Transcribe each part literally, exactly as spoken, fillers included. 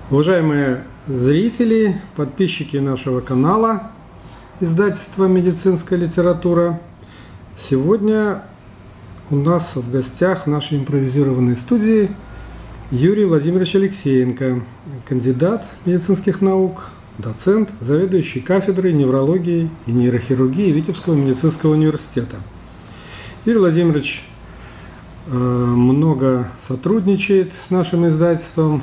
Уважаемые зрители, подписчики нашего канала издательства «Медицинская литература», сегодня у нас в гостях в нашей импровизированной студии Юрий Владимирович Алексеенко, кандидат медицинских наук, доцент, заведующий кафедрой неврологии и нейрохирургии Витебского медицинского университета. Юрий Владимирович много сотрудничает с нашим издательством,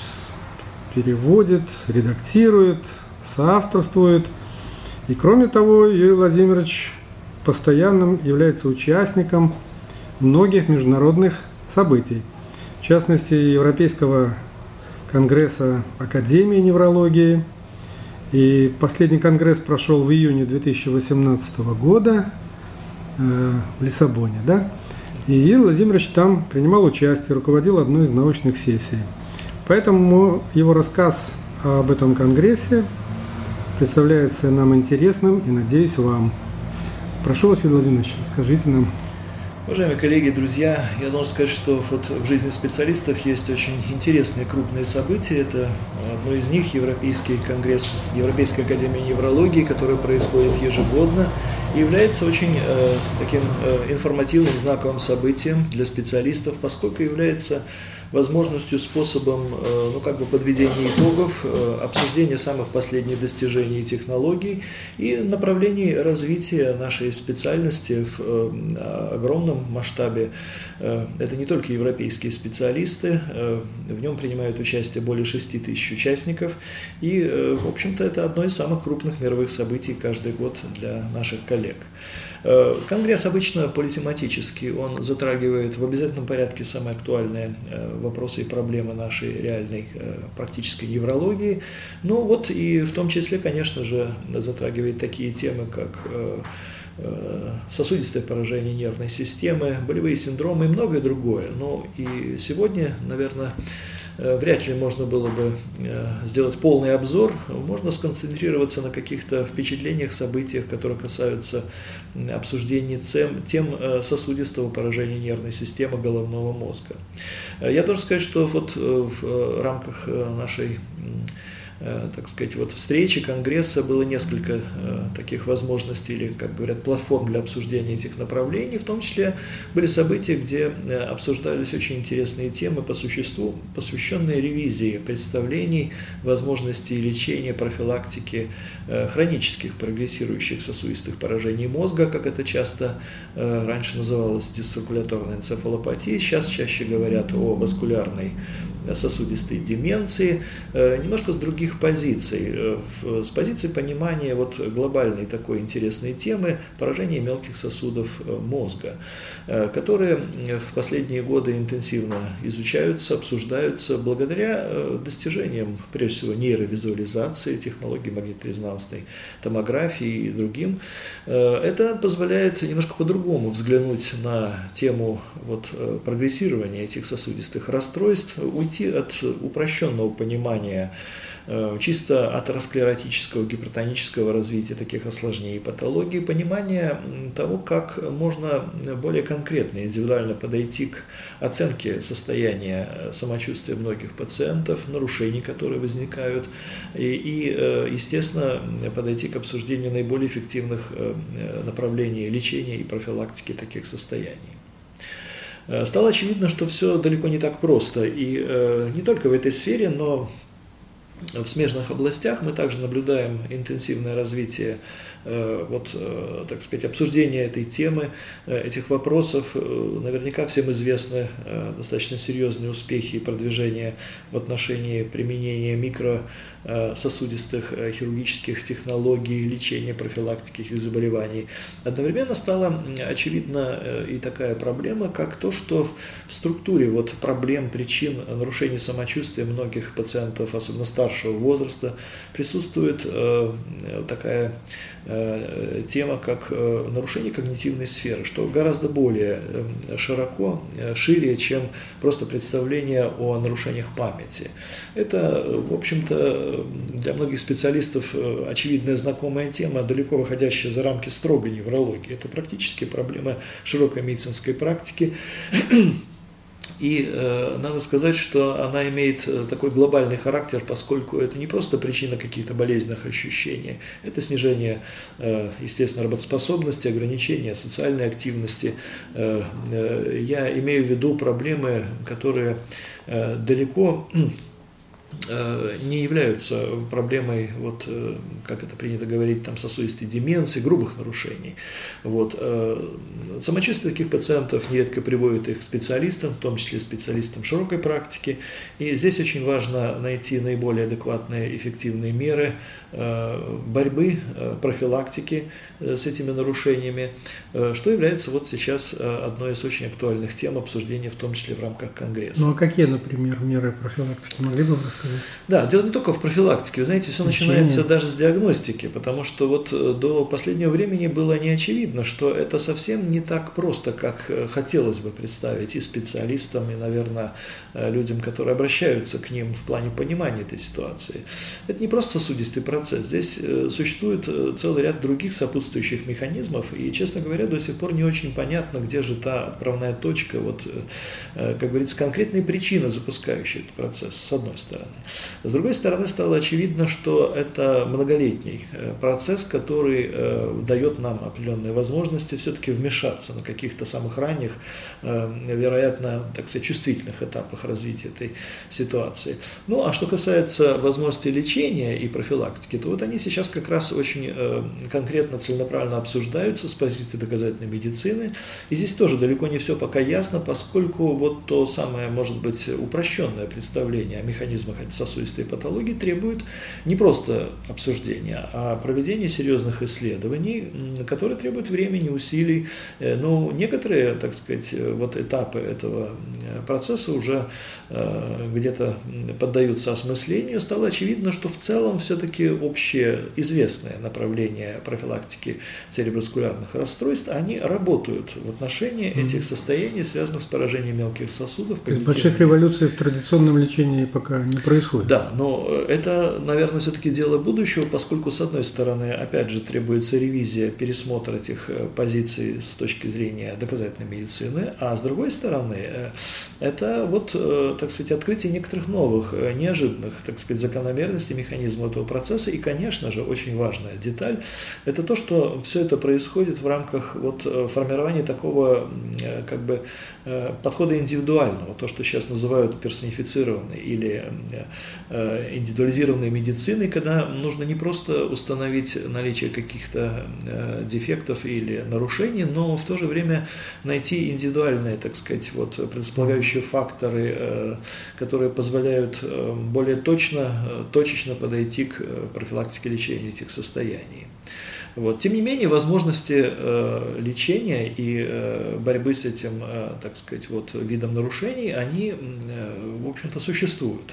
переводит, редактирует, соавторствует. И кроме того, Юрий Владимирович постоянным является участником многих международных событий. В частности, Европейского конгресса Академии неврологии. И последний конгресс прошел в июне две тысячи восемнадцатого года э, в Лиссабоне. Да? И Юрий Владимирович там принимал участие, руководил одной из научных сессий. Поэтому его рассказ об этом конгрессе представляется нам интересным и, надеюсь, вам. Прошу вас, Юрий Владимирович, расскажите нам. Уважаемые коллеги, друзья, я должен сказать, что вот в жизни специалистов есть очень интересные крупные события. Это одно из них — Европейский конгресс Европейской академии неврологии, который происходит ежегодно и является очень э, таким э, информативным, знаковым событием для специалистов, поскольку является возможностью, способом ну, как бы подведения итогов, обсуждения самых последних достижений и технологий и направлений развития нашей специальности в огромном масштабе. Это не только европейские специалисты, в нем принимают участие более шести тысяч участников, и, в общем-то, это одно из самых крупных мировых событий каждый год для наших коллег. Конгресс обычно политематический, он затрагивает в обязательном порядке самые актуальные вопросы и проблемы нашей реальной практической неврологии, ну вот и в том числе, конечно же, затрагивает такие темы, как сосудистое поражение нервной системы, болевые синдромы и многое другое. Но и сегодня, наверное, вряд ли можно было бы сделать полный обзор. Можно сконцентрироваться на каких-то впечатлениях, событиях, которые касаются обсуждения тем сосудистого поражения нервной системы головного мозга. Я должен сказать, что вот в рамках нашей, так сказать, вот встречи, конгресса было несколько э, таких возможностей, или, как говорят, платформ для обсуждения этих направлений. В том числе были события, где э, обсуждались очень интересные темы по существу, посвященные ревизии представлений, возможностей лечения, профилактики э, хронических прогрессирующих сосудистых поражений мозга, как это часто э, раньше называлось дисциркуляторной энцефалопатией. Сейчас чаще говорят о васкулярной сосудистой деменции, э, немножко с других позиций, с позиции понимания вот глобальной такой интересной темы поражения мелких сосудов мозга, которые в последние годы интенсивно изучаются, обсуждаются благодаря достижениям, прежде всего, нейровизуализации, технологий магнитно-резонансной томографии и другим. Это позволяет немножко по-другому взглянуть на тему вот прогрессирования этих сосудистых расстройств, уйти от упрощенного понимания чисто атеросклеротического, гипертонического развития таких осложнений и патологий, понимание того, как можно более конкретно, индивидуально подойти к оценке состояния самочувствия многих пациентов, нарушений, которые возникают, и, и естественно, подойти к обсуждению наиболее эффективных направлений лечения и профилактики таких состояний. Стало очевидно, что все далеко не так просто, и не только в этой сфере, но в смежных областях мы также наблюдаем интенсивное развитие, вот, так сказать, обсуждения этой темы, этих вопросов. Наверняка всем известны достаточно серьезные успехи и продвижения в отношении применения микрососудистых хирургических технологий, лечения, профилактики их заболеваний. Одновременно стала очевидна и такая проблема, как то, что в структуре вот проблем, причин нарушений самочувствия многих пациентов, особенно старшего возраста, присутствует э, такая э, тема, как э, нарушение когнитивной сферы, что гораздо более э, широко, э, шире, чем просто представление о нарушениях памяти. Это, в общем-то, для многих специалистов э, очевидная знакомая тема, далеко выходящая за рамки строгой неврологии. Это практически проблема широкой медицинской практики. И э, надо сказать, что она имеет такой глобальный характер, поскольку это не просто причина каких-то болезненных ощущений, это снижение, э, естественно, работоспособности, ограничение социальной активности. Э, э, я имею в виду проблемы, которые э, далеко не являются проблемой, вот, как это принято говорить, там, сосудистой деменции, грубых нарушений. Вот. Самочувствие таких пациентов нередко приводит их к специалистам, в том числе специалистам широкой практики. И здесь очень важно найти наиболее адекватные, эффективные меры борьбы, профилактики с этими нарушениями, что является вот сейчас одной из очень актуальных тем обсуждения, в том числе в рамках Конгресса. Ну а какие, например, меры профилактики? Могли бы вы рассказать? Да, дело не только в профилактике. Вы знаете, все Лечение. начинается даже с диагностики, потому что вот до последнего времени было не очевидно, что это совсем не так просто, как хотелось бы представить и специалистам, и, наверное, людям, которые обращаются к ним в плане понимания этой ситуации. Это не просто сосудистый процесс. Здесь существует целый ряд других сопутствующих механизмов, и, честно говоря, до сих пор не очень понятно, где же та отправная точка, вот, как говорится, конкретные причины, запускающие этот процесс, с одной стороны. С другой стороны, стало очевидно, что это многолетний процесс, который дает нам определенные возможности все-таки вмешаться на каких-то самых ранних, вероятно, так сказать, чувствительных этапах развития этой ситуации. Ну, а что касается возможностей лечения и профилактики, то вот они сейчас как раз очень конкретно, целенаправленно обсуждаются с позиции доказательной медицины. И здесь тоже далеко не все пока ясно, поскольку вот то самое, может быть, упрощенное представление о механизмах сосудистой патологии требует не просто обсуждения, а проведения серьезных исследований, которые требуют времени, усилий. Но некоторые, так сказать, вот этапы этого процесса уже где-то поддаются осмыслению. Стало очевидно, что в целом все-таки общее известное направление профилактики цереброваскулярных расстройств, они работают в отношении mm-hmm. этих состояний, связанных с поражением мелких сосудов. Больших революций в традиционном лечении пока не происходит. Да, но это, наверное, все-таки дело будущего, поскольку, с одной стороны, опять же, требуется ревизия, пересмотр этих позиций с точки зрения доказательной медицины, а с другой стороны, это вот, так сказать, открытие некоторых новых, неожиданных, так сказать, закономерностей, механизмов этого процесса. И, конечно же, очень важная деталь, это то, что все это происходит в рамках вот формирования такого, как бы, подхода индивидуального, то, что сейчас называют персонифицированной или индивидуализированной медициной, когда нужно не просто установить наличие каких-то дефектов или нарушений, но в то же время найти индивидуальные, так сказать, вот, предрасполагающие факторы, которые позволяют более точно, точечно подойти к профилактике лечения этих состояний. Вот. Тем не менее, возможности э, лечения и э, борьбы с этим, э, так сказать, вот, видом нарушений, они, э, в общем-то, существуют.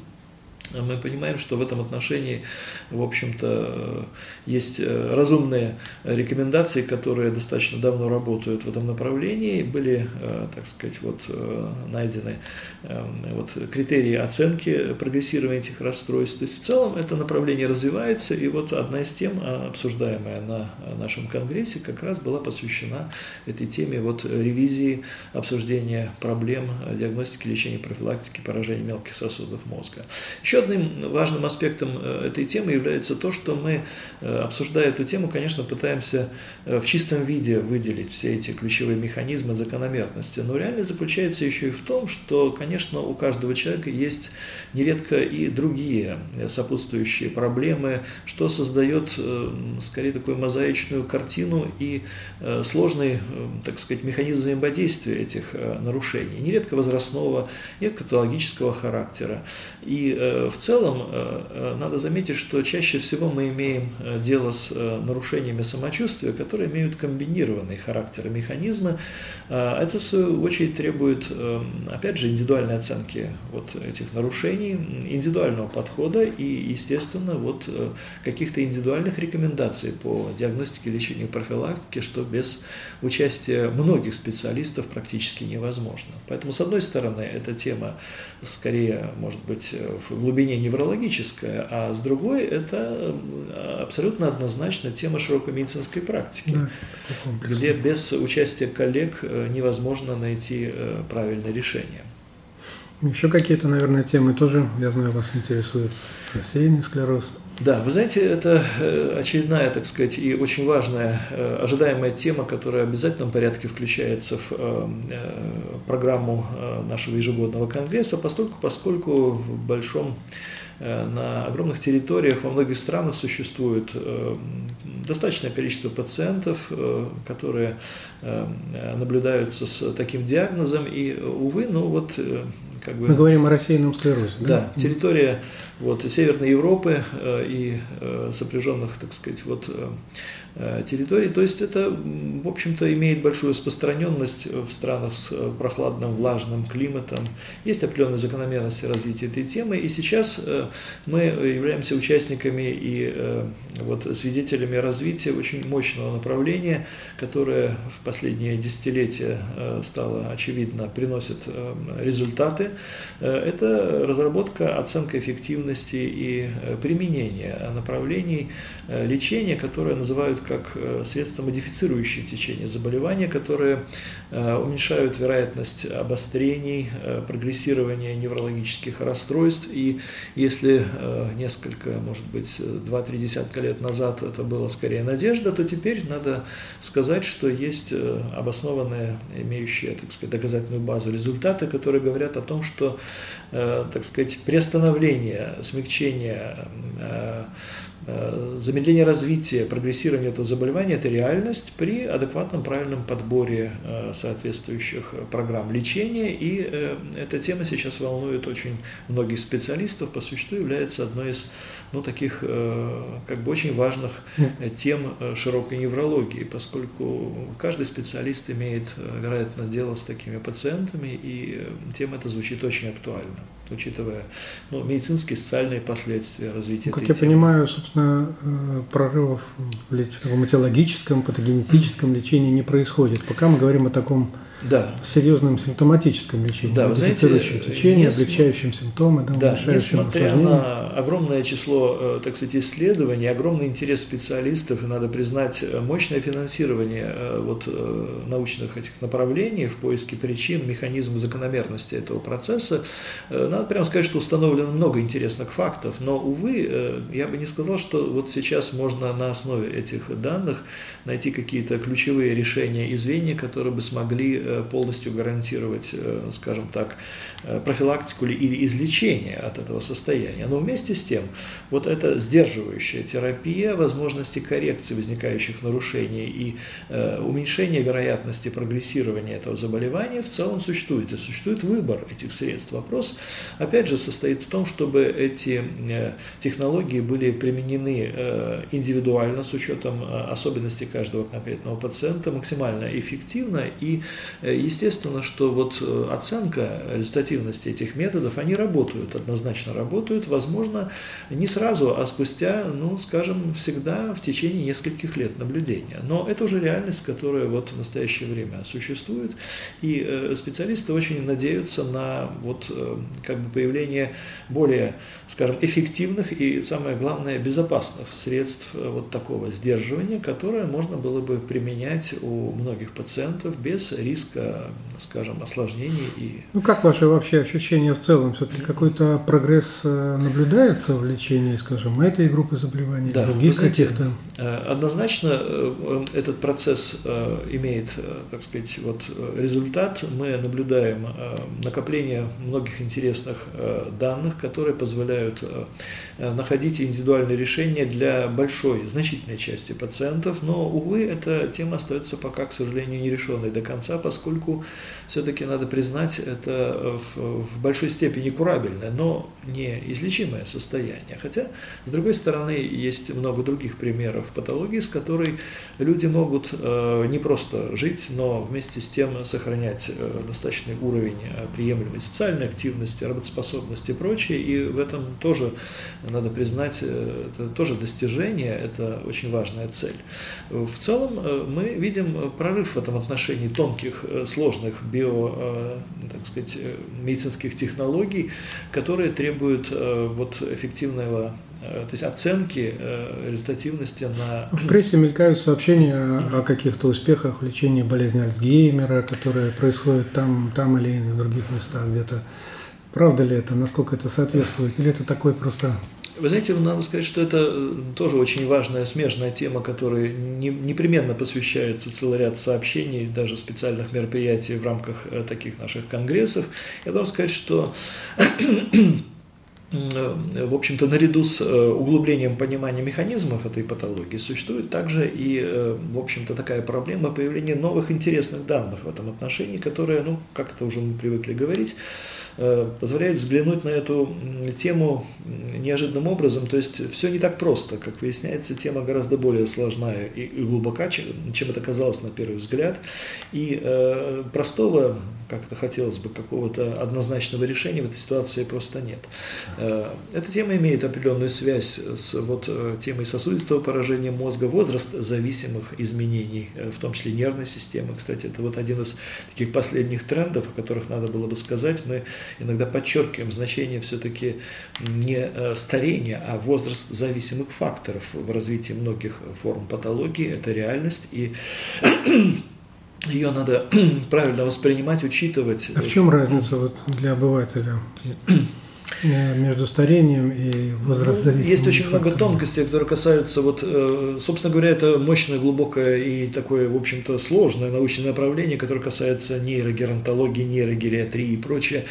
Мы понимаем, что в этом отношении, в общем-то, есть разумные рекомендации, которые достаточно давно работают в этом направлении. Были, так сказать, вот, найдены вот, критерии оценки прогрессирования этих расстройств. То есть в целом это направление развивается, и вот одна из тем, обсуждаемая на нашем конгрессе, как раз была посвящена этой теме вот, ревизии, обсуждения проблем диагностики, лечения, профилактики поражений мелких сосудов мозга. Еще одним важным аспектом этой темы является то, что мы, обсуждая эту тему, конечно, пытаемся в чистом виде выделить все эти ключевые механизмы закономерности. Но реальность заключается еще и в том, что, конечно, у каждого человека есть нередко и другие сопутствующие проблемы, что создает, скорее, такую мозаичную картину и сложный, так сказать, механизм взаимодействия этих нарушений, нередко возрастного, нередко патологического характера. И в целом, надо заметить, что чаще всего мы имеем дело с нарушениями самочувствия, которые имеют комбинированный характер и механизмы. Это, в свою очередь, требует, опять же, индивидуальной оценки вот этих нарушений, индивидуального подхода и, естественно, вот каких-то индивидуальных рекомендаций по диагностике, лечению и профилактике, что без участия многих специалистов практически невозможно. Поэтому, с одной стороны, эта тема скорее, может быть, в глубине глубине неврологическая, а с другой это абсолютно однозначно тема широкой медицинской практики, да, где без участия коллег невозможно найти правильное решение. Еще какие-то, наверное, темы тоже, я знаю, вас интересует рассеянный склероз. Да, вы знаете, это очередная, так сказать, и очень важная, ожидаемая тема, которая в обязательном порядке включается в программу нашего ежегодного конгресса, поскольку, поскольку в большом, на огромных территориях во многих странах существует достаточное количество пациентов, которые наблюдаются с таким диагнозом, и, увы, ну вот, как бы... Мы говорим о рассеянном склерозе, да? Да, территория вот, Северной Европы и сопряженных, так сказать, вот, территорий, то есть это, в общем-то, имеет большую распространенность в странах с прохладным, влажным климатом, есть определенные закономерности развития этой темы, и сейчас мы являемся участниками и вот, свидетелями развития очень мощного направления, которое в последние десятилетия стало, очевидно, приносит результаты. Это разработка, оценка эффективности и применение направлений лечения, которые называют как средства, модифицирующие течение заболевания, которые уменьшают вероятность обострений, прогрессирования неврологических расстройств. И если несколько, может быть, два-три десятка лет назад это было скорее надежда, то теперь надо сказать, что есть обоснованные, имеющие, так сказать, доказательную базу результаты, которые говорят о том, что, так сказать, приостановление, смягчение, замедление развития, прогрессирование этого заболевания – это реальность при адекватном, правильном подборе соответствующих программ лечения. И эта тема сейчас волнует очень многих специалистов, по существу является одной из, ну, таких, как бы, очень важных тем широкой неврологии, поскольку каждый специалист имеет, вероятно, дело с такими пациентами, и тема эта звучит очень актуально, учитывая, ну, медицинские и социальные последствия развития ну, как этой я темы. понимаю, собственно, прорывов в мотологическом, патогенетическом лечении не происходит, пока мы говорим о таком да. серьезном симптоматическом лечении, да, модифицирующем течение, облегчающем симптомы, да, да, уменьшающем несмотря осложнения. на огромное число, так сказать, исследований, огромный интерес специалистов, и надо признать мощное финансирование вот, научных этих направлений в поиске причин, механизмов, закономерности этого процесса, надо прямо сказать, что установлено много интересных фактов, но, увы, я бы не сказал, что вот сейчас можно на основе этих данных найти какие-то ключевые решения и звенья, которые бы смогли полностью гарантировать, скажем так, профилактику или излечение от этого состояния. Но вместе с тем, вот эта сдерживающая терапия, возможности коррекции возникающих нарушений и уменьшения вероятности прогрессирования этого заболевания в целом существует. И существует выбор этих средств. Вопрос, опять же, состоит в том, чтобы эти технологии были применены индивидуально с учетом особенностей каждого конкретного пациента, максимально эффективно. И естественно, что вот оценка результативности этих методов, они работают, однозначно работают, возможно, не сразу, а спустя, ну, скажем, всегда в течение нескольких лет наблюдения. Но это уже реальность, которая вот в настоящее время существует, и специалисты очень надеются на вот как бы появление более, скажем, эффективных и, самое главное, безопасных средств вот такого сдерживания, которое можно было бы применять у многих пациентов без риска, скажем, осложнений. И... Ну, как ваши вообще ощущения в целом? Все-таки какой-то прогресс наблюдается в лечении, скажем, этой группы заболеваний, да, других знаете, каких-то? Однозначно этот процесс имеет, так сказать, вот результат. Мы наблюдаем накопление многих интересных данных, которые позволяют находить индивидуальные решения для большой, значительной части пациентов, но, увы, эта тема остается пока, к сожалению, нерешенной до конца, поскольку все-таки надо признать, это в, в большой степени курабельное, но неизлечимое состояние. Хотя, с другой стороны, есть много других примеров патологии, с которой люди могут э, не просто жить, но вместе с тем сохранять э, достаточный уровень приемлемой социальной активности, работоспособность и прочее, и в этом тоже, надо признать, это тоже достижение, это очень важная цель. В целом мы видим прорыв в этом отношении тонких, сложных био, так сказать, медицинских технологий, которые требуют вот эффективного, то есть оценки результативности на... В прессе мелькают сообщения о каких-то успехах в лечении болезни Альцгеймера, которые происходят там, там или в других местах где-то. Правда ли это? Насколько это соответствует? Или это такой просто... Вы знаете, надо сказать, что это тоже очень важная, смежная тема, которой не, непременно посвящается целый ряд сообщений, даже специальных мероприятий в рамках таких наших конгрессов. Я должен сказать, что... В общем-то, наряду с углублением понимания механизмов этой патологии существует также и, в общем-то, такая проблема появления новых интересных данных в этом отношении, которые, ну, как это уже мы привыкли говорить, позволяют взглянуть на эту тему неожиданным образом. То есть все не так просто. Как выясняется, тема гораздо более сложная и глубока, чем это казалось на первый взгляд. И э, простого, как это хотелось бы, какого-то однозначного решения в этой ситуации просто нет. Э, эта тема имеет определенную связь с вот, темой сосудистого поражения мозга, возраст зависимых изменений, в том числе нервной системы. Кстати, это вот один из таких последних трендов, о которых надо было бы сказать. Мы иногда подчеркиваем значение все-таки не старения, а возраст зависимых факторов в развитии многих форм патологии. Это реальность, и ее надо правильно воспринимать, учитывать. А в чем разница вот для обывателя между старением и возрастзависимым? Есть очень фактором. много тонкостей, которые касаются, вот, собственно говоря, это мощное, глубокое и такое, в общем-то, сложное научное направление, которое касается нейрогеронтологии, нейрогериатрии и прочее.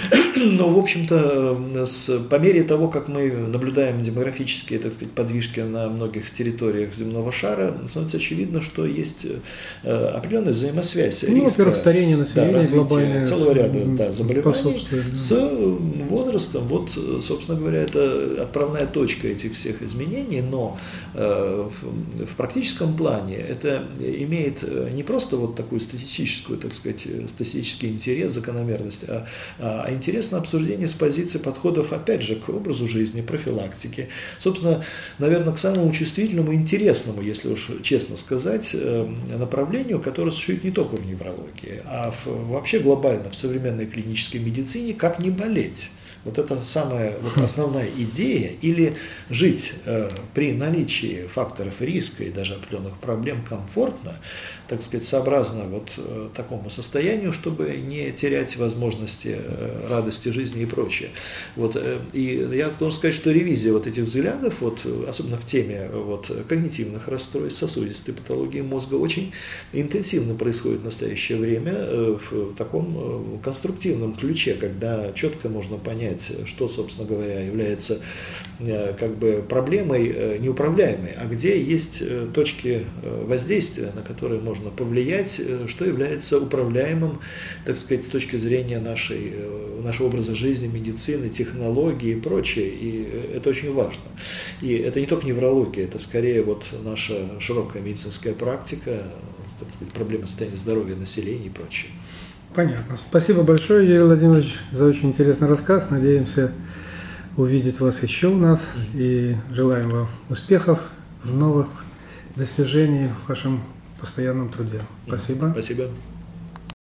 Но, в общем-то, с, по мере того, как мы наблюдаем демографические, так сказать, подвижки на многих территориях земного шара, становится очевидно, что есть определенная взаимосвязь. Ну, риска, во-первых, старение населения, да, глобальное целого ряда да, заболеваний да. с возрастом. Вот, собственно говоря, это отправная точка этих всех изменений, но э, в, в практическом плане это имеет не просто вот такую статистическую, так сказать, статистический интерес, закономерность, а, а интересное обсуждение с позиции подходов, опять же, к образу жизни, профилактике. Собственно, наверное, к самому чувствительному, интересному, если уж честно сказать, направлению, которое существует не только в неврологии, а в, вообще глобально в современной клинической медицине, как не болеть. Вот это самая вот основная идея, или жить э, при наличии факторов риска и даже определенных проблем комфортно, так сказать, сообразно вот э, такому состоянию, чтобы не терять возможности э, радости жизни и прочее. Вот, э, и я должен сказать, что ревизия вот этих взглядов, вот, особенно в теме вот, когнитивных расстройств, сосудистой патологии мозга, очень интенсивно происходит в настоящее время э, в таком э, конструктивном ключе, когда четко можно понять, что, собственно говоря, является как бы проблемой неуправляемой, а где есть точки воздействия, на которые можно повлиять, что является управляемым, так сказать, с точки зрения нашей, нашего образа жизни, медицины, технологий и прочее. И это очень важно. И это не только неврология, это скорее вот наша широкая медицинская практика, так сказать, проблемы состояния здоровья населения и прочее. Понятно. Спасибо большое, Юрий Владимирович, за очень интересный рассказ. Надеемся увидеть вас еще у нас и желаем вам успехов, новых достижений в вашем постоянном труде. Спасибо. Спасибо.